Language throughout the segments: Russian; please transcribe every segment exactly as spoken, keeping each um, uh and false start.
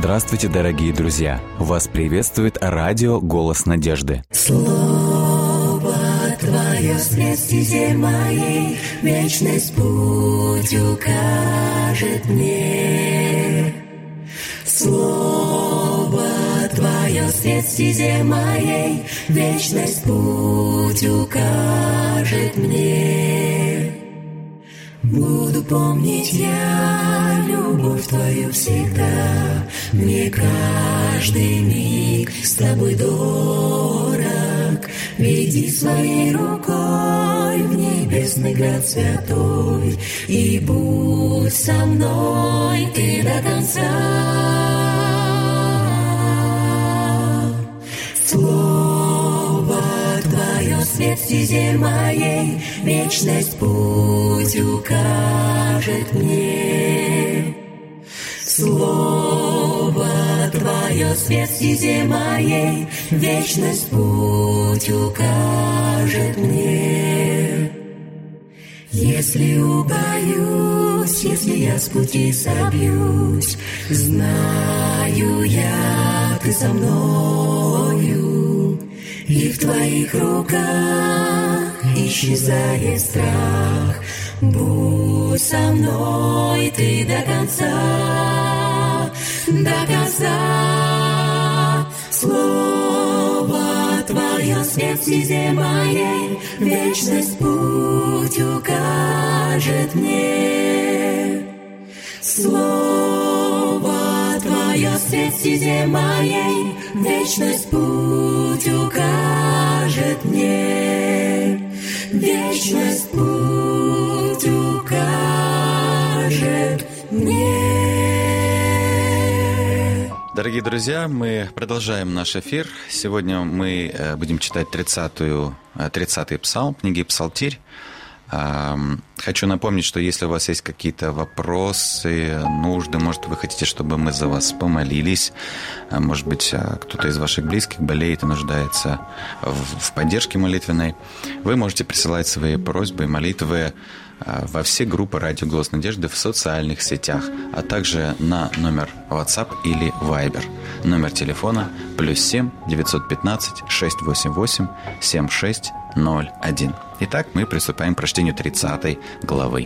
Здравствуйте, дорогие друзья! Вас приветствует радио «Голос надежды». Слово Твое свет стезе моей, вечность путь укажет мне. Слово Твое свет стезе моей, вечность путь укажет мне. Буду помнить я любовь Твою всегда, мне каждый миг с Тобой дорог. Веди своей рукой в небесный град святой, и будь со мной Ты до конца. Слово Твое свет стезе моей, вечность путь укажет мне. Слово Твое свет стезе моей, вечность путь укажет мне. Если убоюсь, если я с пути собьюсь, знаю я, Ты со мною, и в Твоих руках исчезает страх. Будь со мной Ты до конца, до конца. Слово Твое свет стезе моей, вечность путь укажет мне. Слово Твое свет стезе моей, вечность путь укажет мне. Вечность путь укажет мне. Дорогие друзья, мы продолжаем наш эфир. Сегодня мы будем читать тридцатую, тридцатый псалм книги «Псалтирь». Хочу напомнить, что если у вас есть какие-то вопросы, нужды, может, вы хотите, чтобы мы за вас помолились, может быть, кто-то из ваших близких болеет и нуждается в поддержке молитвенной, вы можете присылать свои просьбы и молитвы во все группы «Радио Голос Надежды» в социальных сетях, а также на номер WhatsApp или Viber. Номер телефона плюс семь девятьсот пятнадцать шестьсот восемьдесят восемь семьдесят шесть ноль один. Итак, мы приступаем к прочтению тридцатой главы.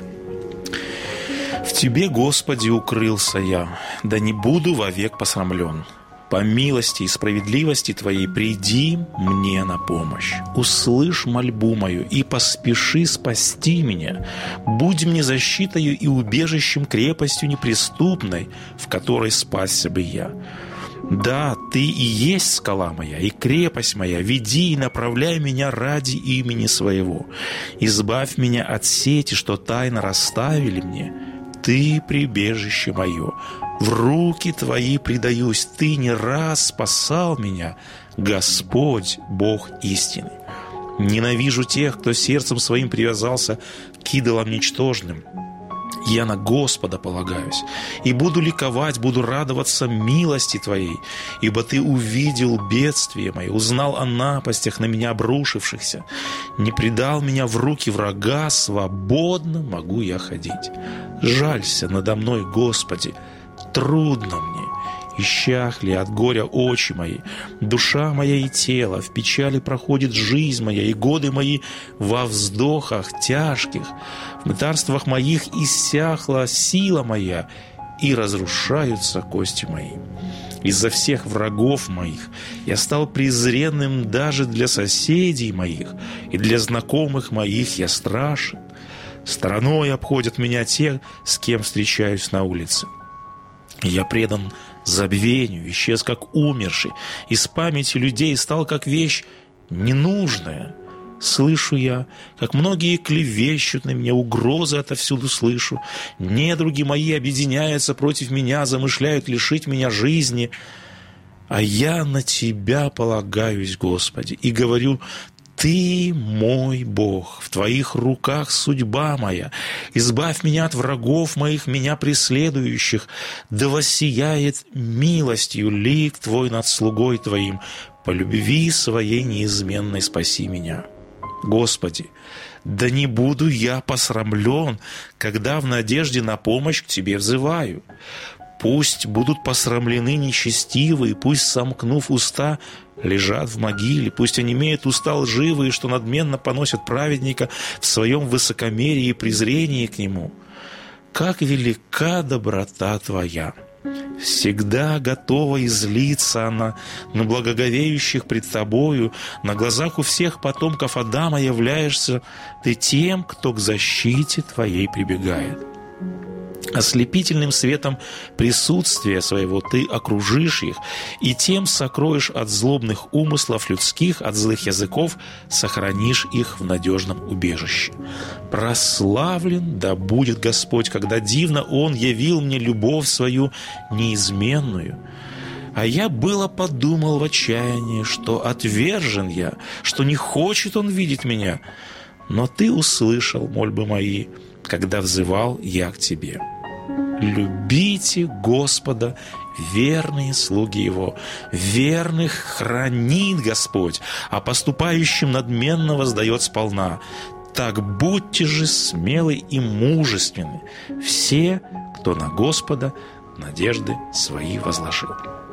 «В Тебе, Господи, укрылся я, да не буду вовек посрамлен. По милости и справедливости Твоей приди мне на помощь. Услышь мольбу мою и поспеши спасти меня. Будь мне защитою и убежищем, крепостью неприступной, в которой спасся бы я. Да, Ты и есть скала моя, и крепость моя, веди и направляй меня ради имени Своего. Избавь меня от сети, что тайно расставили мне. Ты прибежище мое, в руки Твои предаюсь. Ты не раз спасал меня, Господь, Бог истины. Ненавижу тех, кто сердцем своим привязался к идолам ничтожным. Я на Господа полагаюсь, и буду ликовать, буду радоваться милости Твоей, ибо Ты увидел бедствие мое, узнал о напастях на меня обрушившихся, не предал меня в руки врага, свободно могу я ходить. Жалься надо мной, Господи, трудно мне, исчахли от горя очи мои, душа моя и тело, в печали проходит жизнь моя, и годы мои во вздохах тяжких, в мытарствах моих иссяхла сила моя, и разрушаются кости мои. Из-за всех врагов моих я стал презренным даже для соседей моих, и для знакомых моих я страшен. Стороной обходят меня те, с кем встречаюсь на улице. Я предан забвению, исчез как умерший, из памяти людей стал как вещь ненужная. Слышу я, как многие клевещут на меня, угрозы отовсюду слышу. Недруги мои объединяются против меня, замышляют лишить меня жизни. А я на Тебя полагаюсь, Господи, и говорю: Ты мой Бог, в Твоих руках судьба моя. Избавь меня от врагов моих, меня преследующих. Да воссияет милостью лик Твой над слугой Твоим. По любви Своей неизменной спаси меня. Господи, да не буду я посрамлен, когда в надежде на помощь к Тебе взываю. Пусть будут посрамлены нечестивые, пусть, сомкнув уста, лежат в могиле, пусть онемеют уста лживые, что надменно поносят праведника в своем высокомерии и презрении к нему. Как велика доброта Твоя! Всегда готова излиться она на благоговеющих пред Тобою, на глазах у всех потомков Адама являешься Ты тем, кто к защите Твоей прибегает. Ослепительным светом присутствия своего Ты окружишь их, и тем сокроешь от злобных умыслов людских, от злых языков, сохранишь их в надежном убежище. Прославлен да будет Господь, когда дивно Он явил мне любовь свою неизменную. А я было подумал в отчаянии, что отвержен я, что не хочет Он видеть меня. Но Ты услышал мольбы мои, когда взывал я к Тебе. Любите Господа, верные слуги Его. Верных хранит Господь, а поступающим надменно воздает сполна. Так будьте же смелы и мужественны, все, кто на Господа надежды свои возложил.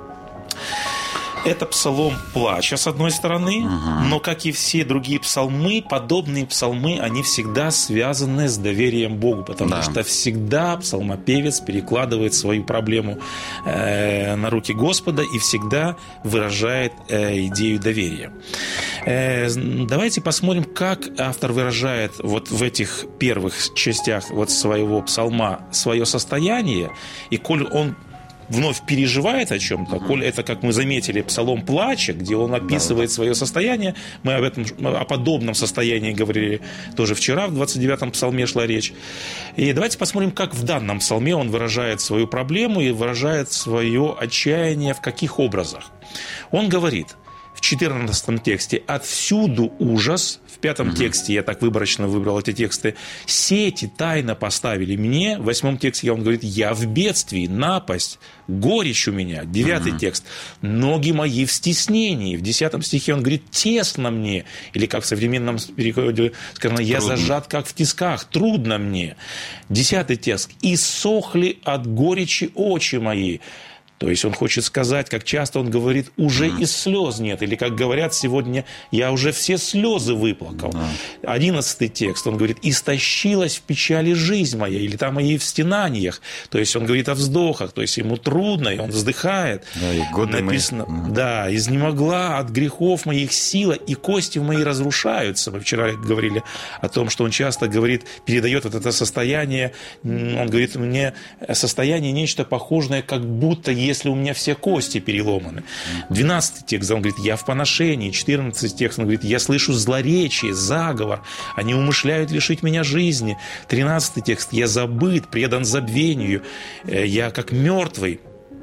Это псалом плача, с одной стороны, uh-huh. но, как и все другие псалмы, подобные псалмы, они всегда связаны с доверием Богу, потому да. что всегда псалмопевец перекладывает свою проблему э, на руки Господа и всегда выражает э, идею доверия. Э, давайте посмотрим, как автор выражает вот в этих первых частях вот своего псалма свое состояние, и коль он вновь переживает о чем-то, uh-huh. коль это, как мы заметили, псалом плача, где он описывает да, свое состояние. Мы об этом, о подобном состоянии говорили тоже вчера, в двадцать девятом псалме шла речь. И давайте посмотрим, как в данном псалме он выражает свою проблему и выражает свое отчаяние в каких образах. Он говорит в четырнадцатом тексте: «Отвсюду ужас». В пятом uh-huh. тексте, я так выборочно выбрал эти тексты, «Сети тайно поставили мне». В восьмом тексте он говорит: «Я в бедствии, напасть, горечь у меня». Девятый uh-huh. текст: «Ноги мои в стеснении». В десятом стихе он говорит: «Тесно мне». Или, как в современном переводе сказано: «Я трудно. Зажат, как в тисках, трудно мне». Десятый текст: «Иссохли от горечи очи мои». То есть он хочет сказать, как часто он говорит: уже mm. и слез нет. Или, как говорят сегодня: я уже все слезы выплакал. Одиннадцатый текст, он говорит: истощилась в печали жизнь моя. Или там и в стенаниях. То есть он говорит о вздохах. То есть ему трудно, и он вздыхает. Да, и годы написано, мои. да, изнемогла от грехов моих сила, и кости мои разрушаются. Мы вчера говорили о том, что он часто говорит, передает вот это состояние. Он говорит: мне состояние нечто похожее, как будто если у меня все кости переломаны. двенадцатый текст, он говорит: я в поношении. четырнадцатый текст, он говорит: я слышу злоречие, заговор, они умышляют лишить меня жизни. тринадцатый текст: я забыт, предан забвению, я как мертвый.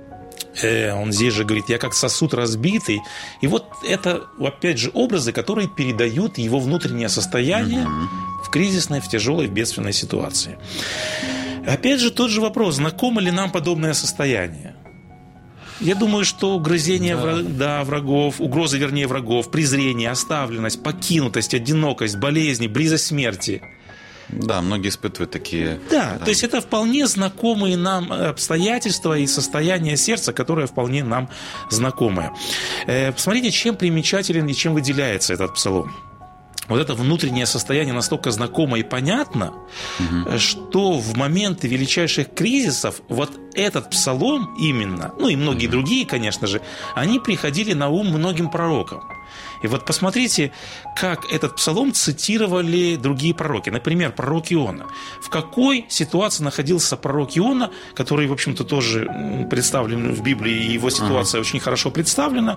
Он здесь же говорит: я как сосуд разбитый. И вот это, опять же, образы, которые передают его внутреннее состояние mm-hmm. в кризисной, в тяжелой, в бедственной ситуации. Опять же, тот же вопрос: знакомо ли нам подобное состояние? Я думаю, что угрызение да. враг, да, врагов, угрозы, вернее, врагов, презрение, оставленность, покинутость, одинокость, болезни, близость смерти. Да, многие испытывают такие... Да, да, то есть это вполне знакомые нам обстоятельства и состояние сердца, которое вполне нам знакомое. Посмотрите, чем примечателен и чем выделяется этот псалом. Вот это внутреннее состояние настолько знакомо и понятно, угу. что в моменты величайших кризисов вот этот псалом именно, ну и многие угу. другие, конечно же, они приходили на ум многим пророкам. И вот посмотрите, как этот псалом цитировали другие пророки. Например, пророк Иона. В какой ситуации находился пророк Иона, который, в общем-то, тоже представлен в Библии, и его ситуация ага. очень хорошо представлена.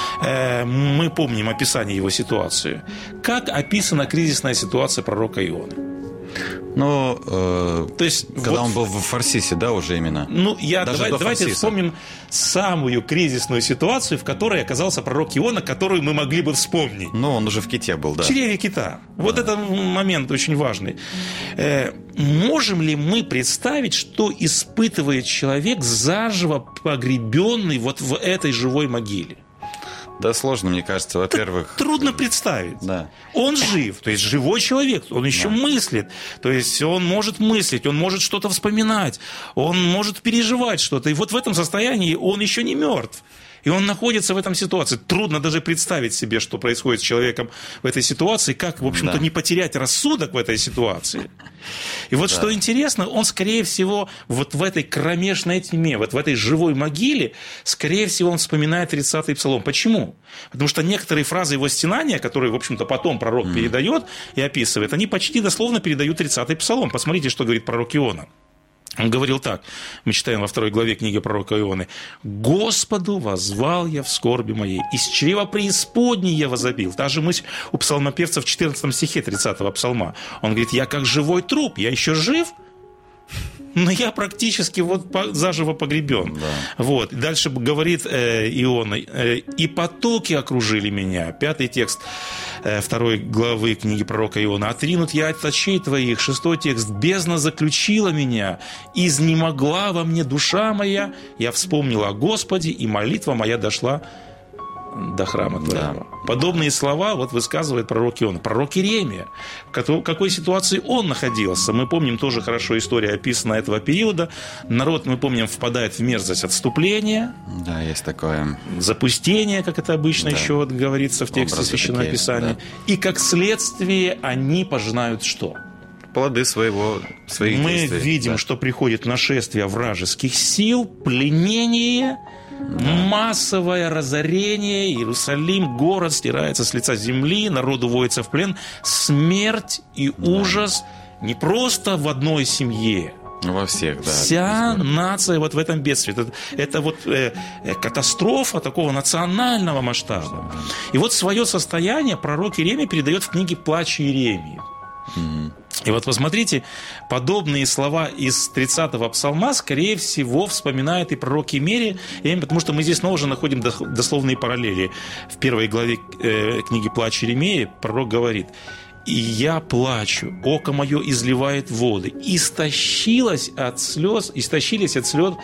Мы помним описание его ситуации. Как описана кризисная ситуация пророка Ионы? Ну, э, то есть, когда вот, он был в Фарсисе, да, уже именно? Ну, я, давай, давайте Фарсиса. вспомним самую кризисную ситуацию, в которой оказался пророк Иона, которую мы могли бы вспомнить. Ну, он уже в ките был, да. В чреве кита. Вот да. это момент очень важный. Э, можем ли мы представить, что испытывает человек, заживо погребенный вот в этой живой могиле? Да, сложно, мне кажется, во-первых... Трудно представить. Да. Он жив, то есть живой человек, он еще да. мыслит, то есть он может мыслить, он может что-то вспоминать, он может переживать что-то. И вот в этом состоянии он еще не мертв. И он находится в этом ситуации. Трудно даже представить себе, что происходит с человеком в этой ситуации, как, в общем-то, да. не потерять рассудок в этой ситуации. И вот да. что интересно, он, скорее всего, вот в этой кромешной тьме, вот в этой живой могиле, скорее всего, он вспоминает тридцатый псалом. Почему? Потому что некоторые фразы его стенания, которые, в общем-то, потом пророк mm. передает и описывает, они почти дословно передают тридцатый псалом. Посмотрите, что говорит пророк Иона. Он говорил так, мы читаем во второй главе книги пророка Ионы: «Господу воззвал я в скорби моей, из чрева преисподней я возопил». Та же мысль у псалмопевца в четырнадцатом стихе тридцатого псалма. Он говорит: «Я как живой труп, я еще жив, но я практически вот заживо погребен». Да. Вот. Дальше говорит э, Иона: э, «И потоки окружили меня». Пятый текст э, второй главы книги пророка Иона: «Отринут я от очей твоих». Шестой текст: «Бездна заключила меня, изнемогла во мне душа моя, я вспомнила о Господе, и молитва моя дошла до храма твоего». Да. Подобные слова вот высказывает пророк Иона. Пророк Иеремия, в какой ситуации он находился. Мы помним тоже хорошо историю, описанная этого периода. Народ, мы помним, впадает в мерзость отступления. Да, есть такое. Запустение, как это обычно да. еще вот говорится в тексте Образы Священного такие, Писания. Да. И как следствие они пожинают что? Плоды своего, своих Мы действий. Мы видим, да. что приходит нашествие вражеских сил, пленение, да. массовое разорение, Иерусалим, город стирается с лица земли, народ уводится в плен, смерть и да. ужас не просто в одной семье. Во всех, да. Вся нация вот в этом бедствии. Это, это вот э, катастрофа такого национального масштаба. Да. И вот свое состояние пророк Иеремия передает в книге «Плач Иеремии». Mm-hmm. И вот посмотрите, подобные слова из тридцатого псалма, скорее всего, вспоминает и пророк Иеремия, потому что мы здесь снова же находим дословные параллели. В первой главе э, книги «Плач Иеремии» пророк говорит: «И я плачу, око мое изливает воды, истощилось от слез, истощились от слез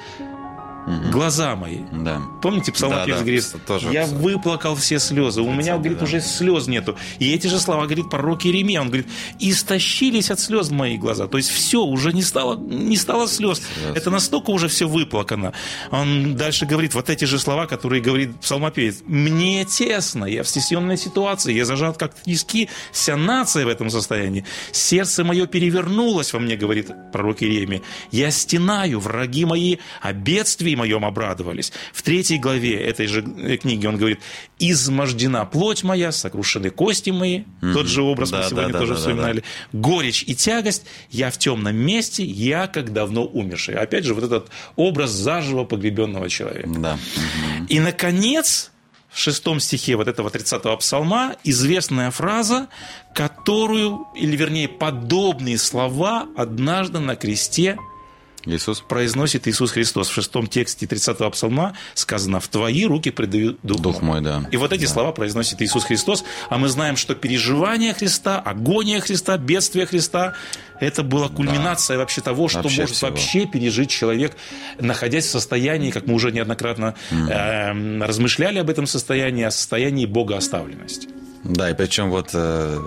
угу. глаза мои». Да. Помните, псалмопевец да, говорит: да, «Я тоже выплакал все слезы, у меня, говорит, да. уже слез нету». И эти же слова говорит пророк Иеремия, он говорит: «Истощились от слез мои глаза». То есть все, уже не стало, не стало слез. слез. Это настолько уже все выплакано. Он дальше говорит вот эти же слова, которые говорит псалмопевец: «Мне тесно, я в стесненной ситуации, я зажат как тиски, вся нация в этом состоянии. Сердце мое перевернулось во мне», говорит пророк Иеремия. «Я стенаю, враги мои о бедствии моем обрадовались». В третьей главе этой же книги он говорит: «Измождена плоть моя, сокрушены кости мои». Mm-hmm. Тот же образ да, мы сегодня да, тоже да, вспоминали. Да, да. «Горечь и тягость, я в темном месте, я как давно умерший». Опять же, вот этот образ заживо погребенного человека. Да. Mm-hmm. И, наконец, в шестом стихе вот этого тридцатого псалма известная фраза, которую, или вернее, подобные слова однажды на кресте Иисус произносит Иисус Христос. В шестом тексте тридцатого псалма сказано: «В твои руки предаю дух, дух мой». Да. И вот эти да. слова произносит Иисус Христос. А мы знаем, что переживание Христа, агония Христа, бедствие Христа – это была кульминация да. вообще того, что вообще может всего. вообще пережить человек, находясь в состоянии, как мы уже неоднократно mm. э, размышляли об этом состоянии, о состоянии богооставленности. Да, и причем вот э,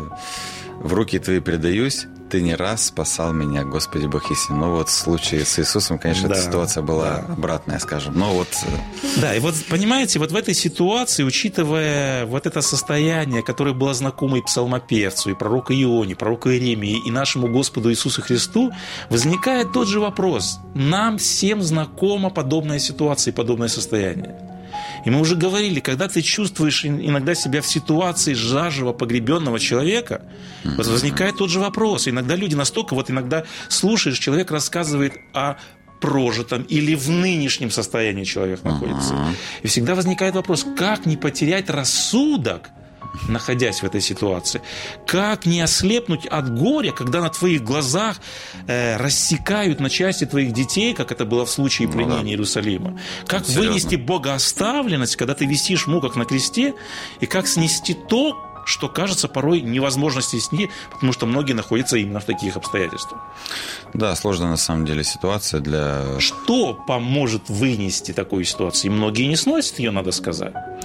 в руки твои предаюсь. Ты не раз спасал меня, Господи Бог истинный. Но вот в случае с Иисусом, конечно, да, эта ситуация была да. обратная, скажем. Но вот... Да, и вот, понимаете, вот в этой ситуации, учитывая вот это состояние, которое было знакомо и псалмопевцу, и пророку Ионе, пророку Иеремии, и нашему Господу Иисусу Христу, возникает тот же вопрос. Нам всем знакома подобная ситуация и подобное состояние. И мы уже говорили, когда ты чувствуешь иногда себя в ситуации заживо погребенного человека, mm-hmm. вот возникает тот же вопрос. Иногда люди настолько, вот иногда слушаешь, человек рассказывает о прожитом или в нынешнем состоянии человек находится. Mm-hmm. И всегда возникает вопрос, как не потерять рассудок, находясь в этой ситуации. Как не ослепнуть от горя, когда на твоих глазах э, рассекают на части твоих детей, как это было в случае пленения ну, да. Иерусалима. Как Серьезно. вынести богооставленность, когда ты висишь в муках на кресте, и как снести то, что кажется порой невозможно снести, потому что многие находятся именно в таких обстоятельствах. Да, сложная на самом деле ситуация для... Что поможет вынести такую ситуацию? И многие не сносят ее, надо сказать.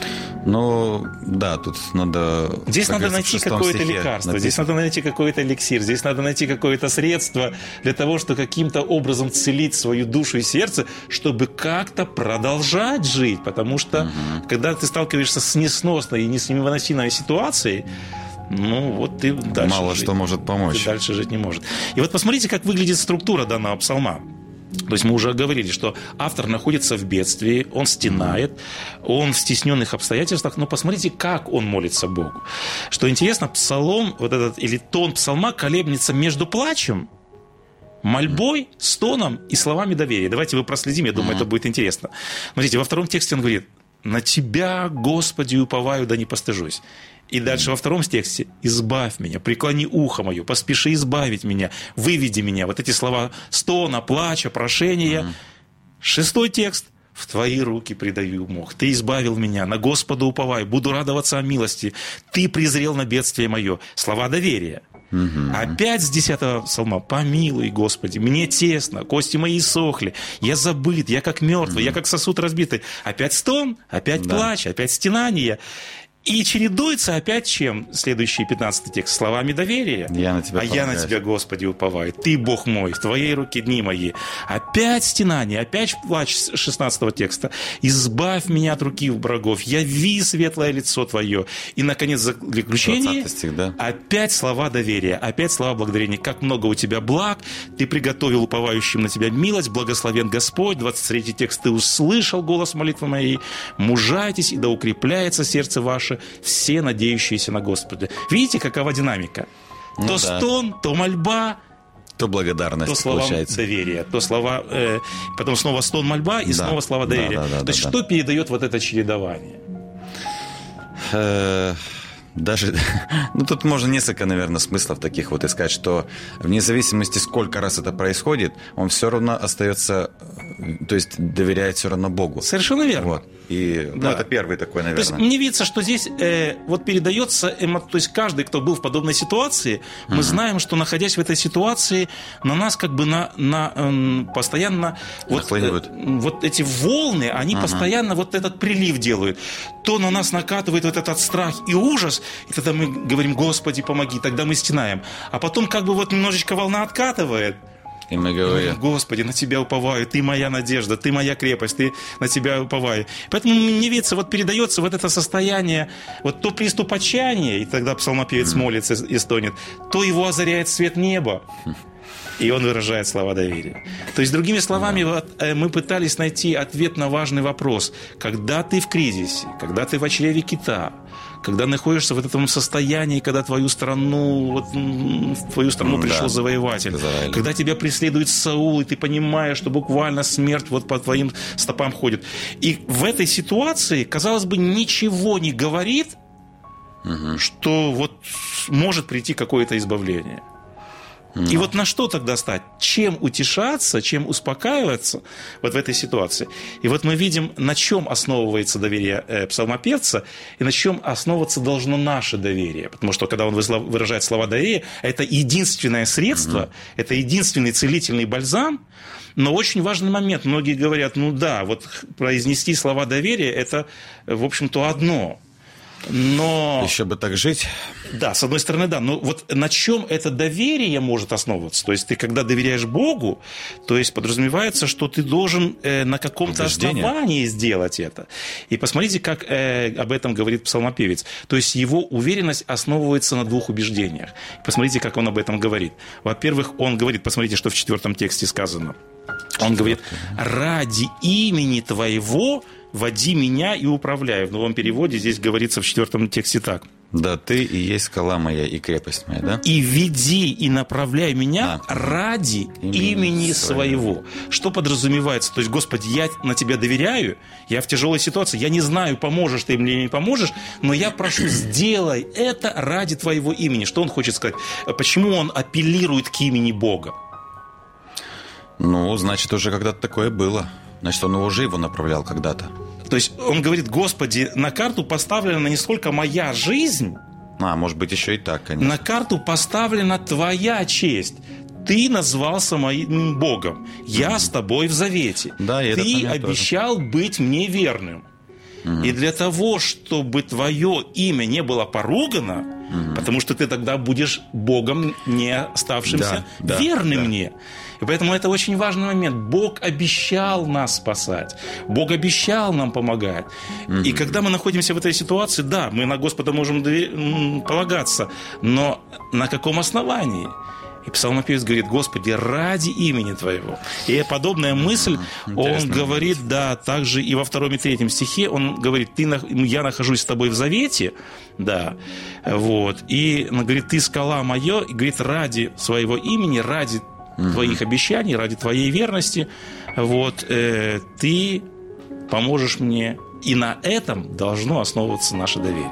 Ну, да, тут надо... Здесь надо найти какое-то лекарство, написано. Здесь надо найти какой-то эликсир, здесь надо найти какое-то средство для того, чтобы каким-то образом целить свою душу и сердце, чтобы как-то продолжать жить. Потому что, угу. когда ты сталкиваешься с несносной и невыносимой ситуацией, ну, вот ты дальше Мало жить, что может помочь. Ты дальше жить не может. И вот посмотрите, как выглядит структура данного псалма. То есть мы уже говорили, что автор находится в бедствии, он стенает, он в стесненных обстоятельствах, но посмотрите, как он молится Богу. Что интересно, псалом, вот этот, или тон псалма колеблется между плачем, мольбой, стоном и словами доверия. Давайте вы проследим, я думаю, это будет интересно. Смотрите, во втором тексте он говорит: «На Тебя, Господи, уповаю, да не постыжусь». И дальше во втором тексте: «Избавь меня, преклони ухо мое, поспеши избавить меня, выведи меня». Вот эти слова стона, плача, прошения. Mm-hmm. Шестой текст: «В Твои руки предаю мох. Ты избавил меня, на Господа уповаю, буду радоваться о милости. Ты презрел на бедствие мое». Слова доверия. Mm-hmm. Опять с десятого псалма: «Помилуй, Господи, мне тесно, кости мои сохли, я забыт, я как мертвый, mm-hmm. я как сосуд разбитый». Опять стон, опять да. плач, опять стенание. И чередуется опять чем? Следующий пятнадцатый текст: словами доверия. Я на тебя а я на Тебя, Господи, уповаю. Ты, Бог мой, в Твоей руке дни мои. Опять стенание, опять плач шестнадцатого текста: избавь меня от руки врагов, яви светлое лицо Твое. И, наконец, заключение: стих, да? опять слова доверия, опять слова благодарения. Как много у Тебя благ, Ты приготовил уповающим на Тебя милость, благословен Господь. двадцать третий текст: Ты услышал голос молитвы моей, мужайтесь, и да укрепляется сердце ваше, все надеющиеся на Господа. Видите, какова динамика? Ну, то да. стон, то мольба, то благодарность, то слова получается. доверия, то слова, э, потом снова стон, мольба и да. снова слова доверия. Да, да, да, то есть да, что да. передает вот это чередование? Даже, ну, тут можно несколько, наверное, смыслов таких вот искать, что вне зависимости, сколько раз это происходит, он все равно остается, то есть доверяет все равно Богу. Совершенно верно. Вот. И да. ну, это первый такой, наверное. То есть мне видится, что здесь э, вот передается, эмо... то есть каждый, кто был в подобной ситуации, мы uh-huh. знаем, что, находясь в этой ситуации, на нас как бы на, на, э, постоянно вот, э, вот эти волны, они uh-huh. постоянно вот этот прилив делают. То на нас накатывает вот этот страх и ужас, и тогда мы говорим: Господи, помоги, тогда мы стенаем. А потом как бы вот немножечко волна откатывает, и мы говорим: Господи, на Тебя уповаю, Ты моя надежда, Ты моя крепость, Ты на Тебя уповаю. Поэтому мне видится, вот передается вот это состояние, вот то приступ отчаяния, и тогда псалмопевец mm. молится и стонет, то его озаряет свет неба, и он выражает слова доверия. То есть, другими словами, yeah. вот, мы пытались найти ответ на важный вопрос. Когда ты в кризисе, когда ты в чреве кита, когда находишься в этом состоянии, когда твою страну, вот, в твою страну mm, пришел да. завоеватель, Израиль. Когда тебя преследует Саул, и ты понимаешь, что буквально смерть вот по твоим стопам ходит. И в этой ситуации, казалось бы, ничего не говорит, mm-hmm. что вот может прийти какое-то избавление. Mm-hmm. И вот на что тогда стать? Чем утешаться, чем успокаиваться вот в этой ситуации? И вот мы видим, на чем основывается доверие э, псалмопевца, и на чем основываться должно наше доверие. Потому что, когда он выражает слова доверия, это единственное средство, mm-hmm. это единственный целительный бальзам. Но очень важный момент. Многие говорят: ну да, вот произнести слова доверия – это, в общем-то, одно. Но... Еще бы так жить. Да, с одной стороны, да. Но вот на чем это доверие может основываться? То есть ты, когда доверяешь Богу, то есть подразумевается, что ты должен э, на каком-то Убеждение. основании сделать это. И посмотрите, как э, об этом говорит псалмопевец. То есть его уверенность основывается на двух убеждениях. Посмотрите, как он об этом говорит. Во-первых, он говорит, посмотрите, что в четвертом тексте сказано. Он говорит: ради имени Твоего води меня и управляй. В новом переводе здесь говорится в четвертом тексте так. Да, Ты и есть скала моя и крепость моя, да? И веди и направляй меня а, ради имени, имени своего. своего. Что подразумевается? То есть, Господи, я на Тебя доверяю, я в тяжелой ситуации, я не знаю, поможешь Ты мне или не поможешь, но я прошу, сделай это ради Твоего имени. Что он хочет сказать? Почему он апеллирует к имени Бога? Ну, значит, уже когда-то такое было. Значит, он уже его направлял когда-то. То есть он говорит: Господи, на карту поставлена не сколько моя жизнь, а, может быть, еще и так, конечно. На карту поставлена Твоя честь. Ты назвался моим Богом. Я mm-hmm. с Тобой в завете. Да, и Ты обещал тоже. быть мне верным. Угу. И для того, чтобы твое имя не было поругано, угу. потому что ты тогда будешь Богом, не оставшимся да, верным да, мне. И поэтому это очень важный момент. Бог обещал нас спасать. Бог обещал нам помогать. Угу. И когда мы находимся в этой ситуации, да, мы на Господа можем полагаться, но на каком основании? И псалмопевец говорит: Господи, ради имени Твоего. И подобная мысль, он говорит, да, также и во втором и третьем стихе, он говорит: Ты, я нахожусь с Тобой в завете, да, вот, и он говорит: Ты скала моя, и говорит, ради своего имени, ради Твоих обещаний, ради Твоей верности, вот, э, Ты поможешь мне. И на этом должно основываться наше доверие.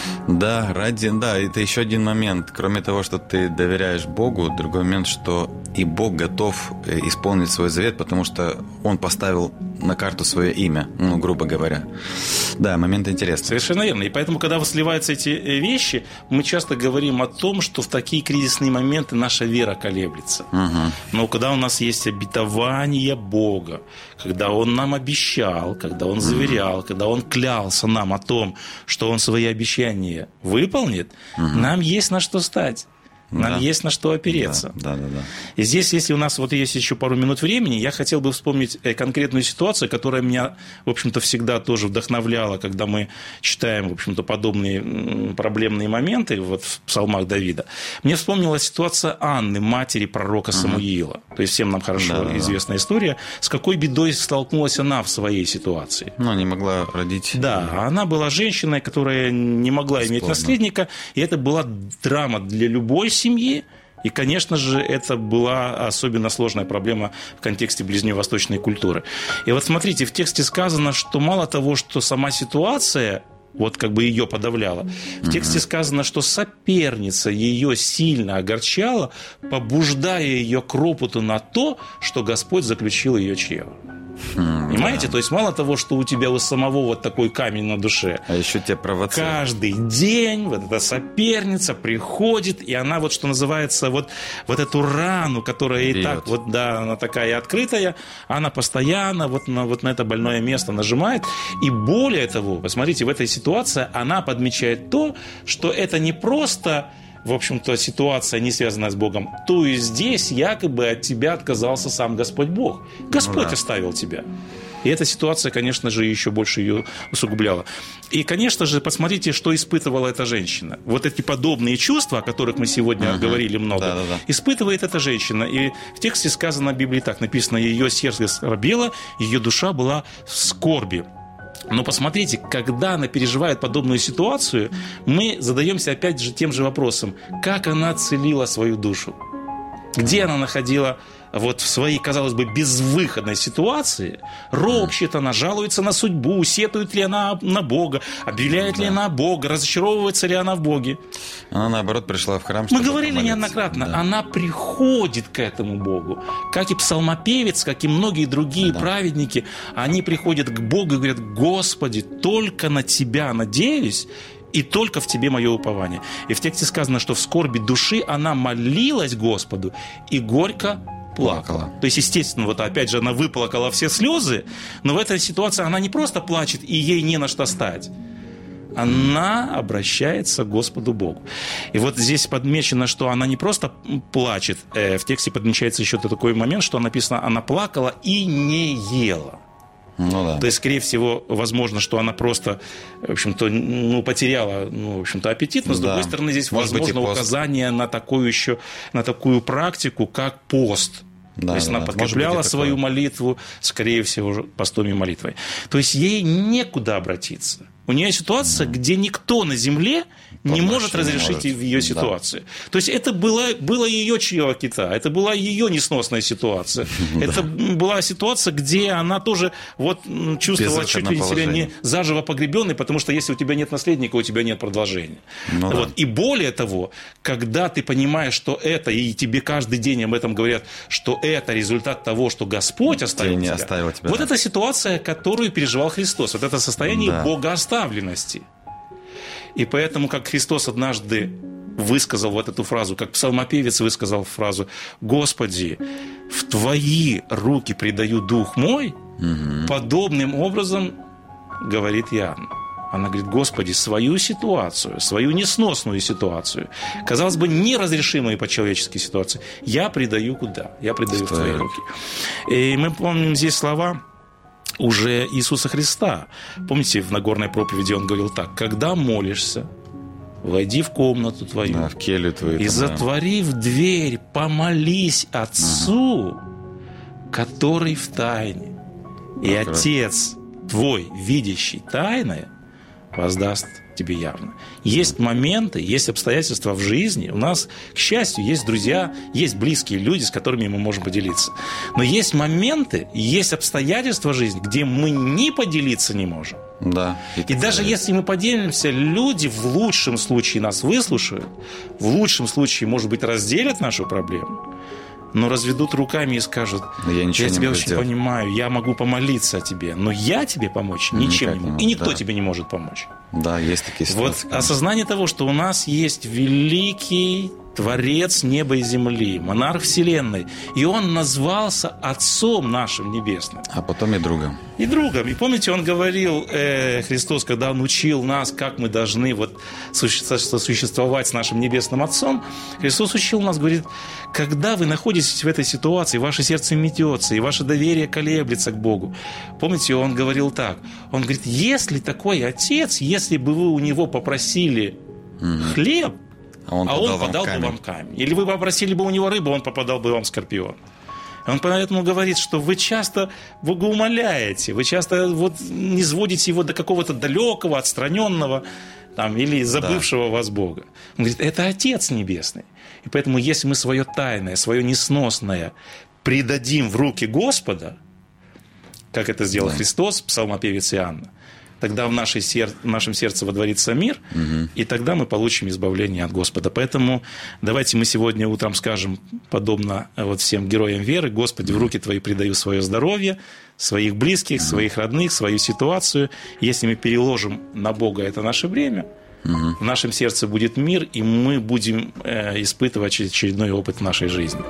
Да, ради, да, это еще один момент. Кроме того, что ты доверяешь Богу, другой момент, что и Бог готов исполнить свой завет, потому что Он поставил на карту свое имя, ну, грубо говоря. Да, момент интересный. Совершенно верно. И поэтому, когда сливаются эти вещи, мы часто говорим о том, что в такие кризисные моменты наша вера колеблется. Угу. Но когда у нас есть обетование Бога, когда Он нам обещал, когда Он заверял, угу. когда Он клялся нам о том, что Он свои обещания выполнит, угу. нам есть на что стать. Нам да. есть на что опереться. Да, да, да, да. И здесь, если у нас вот есть еще пару минут времени, я хотел бы вспомнить конкретную ситуацию, которая меня, в общем-то, всегда тоже вдохновляла, когда мы читаем, в общем-то, подобные проблемные моменты вот в псалмах Давида. Мне вспомнилась ситуация Анны, матери пророка Самуила. Uh-huh. То есть всем нам хорошо да, известная да. история, с какой бедой столкнулась она в своей ситуации. Ну, не могла родить. Да, она была женщиной, которая не могла Бесплодно. иметь наследника, и это была драма для любой семьи. И, конечно же, это была особенно сложная проблема в контексте ближневосточной культуры. И вот смотрите, в тексте сказано, что мало того, что сама ситуация вот как бы ее подавляла, в тексте сказано, что соперница ее сильно огорчала, побуждая ее к ропоту на то, что Господь заключил ее чрево. Понимаете? Да. То есть мало того, что у тебя у самого вот такой камень на душе, а еще тебя провоцирует. Каждый день вот эта соперница приходит, и она вот, что называется, вот, вот эту рану, которая и так вот, да, она такая открытая, она постоянно вот на, вот на это больное место нажимает. И более того, посмотрите, в этой ситуации она подмечает то, что это не просто... в общем-то, ситуация, не связанная с Богом, то и здесь якобы от тебя отказался сам Господь Бог. Господь ну, да. оставил тебя. И эта ситуация, конечно же, еще больше ее усугубляла. И, конечно же, посмотрите, что испытывала эта женщина. Вот эти подобные чувства, о которых мы сегодня uh-huh. говорили много, да, да, да. испытывает эта женщина. И в тексте сказано в Библии так, написано: ее сердце скорбело, ее душа была в скорби. Но посмотрите, когда она переживает подобную ситуацию, мы задаемся опять же тем же вопросом: как она целила свою душу? Где она находила вот в своей, казалось бы, безвыходной ситуации, ропщет она, жалуется на судьбу, сетует ли она на Бога, обвиняет да. ли она Бога, разочаровывается ли она в Боге? Она, наоборот, пришла в храм, чтобы Мы говорили помолиться. неоднократно, да. она приходит к этому Богу. Как и псалмопевец, как и многие другие да. праведники, они приходят к Богу и говорят: Господи, только на Тебя надеюсь, и только в Тебе мое упование. И в тексте сказано, что в скорби души она молилась Господу и горько плакала. То есть, естественно, вот опять же, она выплакала все слезы, но в этой ситуации она не просто плачет, и ей не на что стать. Она обращается к Господу Богу. И вот здесь подмечено, что она не просто плачет. В тексте подмечается еще такой момент, что написано: она плакала и не ела. Ну, да. То есть, скорее всего, возможно, что она просто, в общем-то, ну, потеряла, ну, в общем-то, аппетит, но, с да. другой стороны, здесь Может возможно указание на такую еще, на такую практику, как пост. Да, То есть да, она да. подкрепляла свою такое. молитву, скорее всего, постом и молитвой. То есть ей некуда обратиться. У нее ситуация, mm. где никто на земле не Помощь может разрешить может. в ее ситуацию. Да. То есть это было, было ее чрево кита, это была ее несносная ситуация. Это была ситуация, где она тоже вот чувствовала чуть ли себя не заживо погребенной, потому что если у тебя нет наследника, у тебя нет продолжения. Ну, вот. да. И более того, когда ты понимаешь, что это, и тебе каждый день об этом говорят, что это результат того, что Господь оставил тебя, оставил тебя вот да. это ситуация, которую переживал Христос. Вот это состояние да. богооставленности. И поэтому, как Христос однажды высказал вот эту фразу, как псалмопевец высказал фразу: «Господи, в Твои руки предаю дух мой», угу. подобным образом говорит Иоанн? Она говорит: Господи, свою ситуацию, свою несносную ситуацию, казалось бы, неразрешимую по-человеческой ситуации, я предаю куда? Я предаю в Твои руки. И мы помним здесь слова уже Иисуса Христа. Помните, в Нагорной проповеди Он говорил так: когда молишься, войди в комнату твою, да, в келью твою, и, затворив дверь, помолись Отцу, ага. который в тайне. И ну, Отец твой, видящий тайное, воздаст тебе явно. Есть моменты, есть обстоятельства в жизни. У нас, к счастью, есть друзья, есть близкие люди, с которыми мы можем поделиться. Но есть моменты, есть обстоятельства жизни, где мы ни поделиться не можем. Да, и и даже если мы поделимся, люди в лучшем случае нас выслушают, в лучшем случае, может быть, разделят нашу проблему, но разведут руками и скажут: я, я тебя очень сделать. понимаю, я могу помолиться о тебе, но я тебе помочь ничем Никак не могу, и никто да. тебе не может помочь. Да, есть такие ситуации. Вот осознание того, что у нас есть великий Творец неба и земли, монарх вселенной, и Он назвался Отцом нашим небесным. А потом и другом. И другом. И помните, Он говорил, э, Христос, когда Он учил нас, как мы должны вот сосуществовать с нашим небесным Отцом, Христос учил нас, говорит: когда вы находитесь в этой ситуации, ваше сердце метется, и ваше доверие колеблется к Богу. Помните, Он говорил так. Он говорит: если такой Отец, если бы вы у Него попросили mm-hmm. хлеб, а он, а подал, он вам подал бы вам камень. Или вы попросили бы у него рыбу, он попадал бы вам скорпион. Он поэтому говорит, что вы часто Бога умоляете, вы часто вот не сводите его до какого-то далекого, отстраненного там, или забывшего да. вас Бога. Он говорит: это Отец Небесный. И поэтому, если мы свое тайное, свое несносное предадим в руки Господа, как это сделал да. Христос, псалмопевец Иоанна, тогда в, нашей сер... в нашем сердце водворится мир, угу. и тогда мы получим избавление от Господа. Поэтому давайте мы сегодня утром скажем, подобно вот всем героям веры: Господи, в руки Твои предаю свое здоровье, своих близких, угу. своих родных, свою ситуацию. Если мы переложим на Бога это наше бремя, угу. в нашем сердце будет мир, и мы будем э, испытывать очередной опыт в нашей жизни.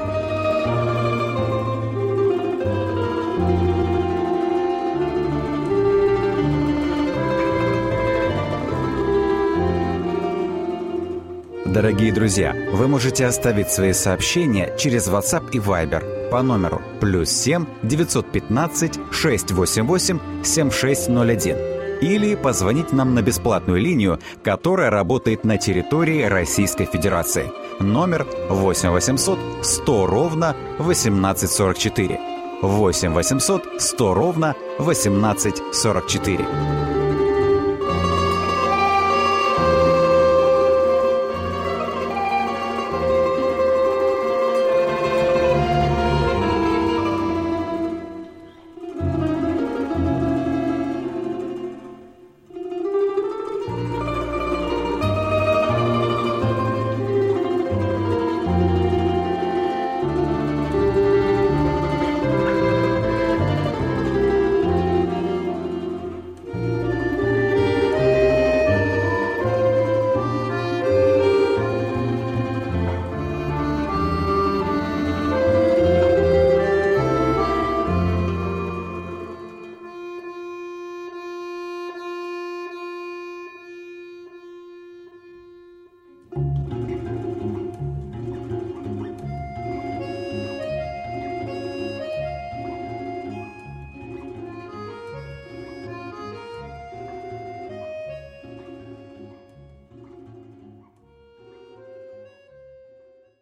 Дорогие друзья, вы можете оставить свои сообщения через WhatsApp и Viber по номеру плюс семь девятьсот пятнадцать шестьсот восемьдесят восемь семьдесят шесть ноль один или позвонить нам на бесплатную линию, которая работает на территории Российской Федерации. Номер восемь восемьсот сто ровно восемнадцать сорок четыре. восемь восемьсот сто ровно восемнадцать сорок четыре.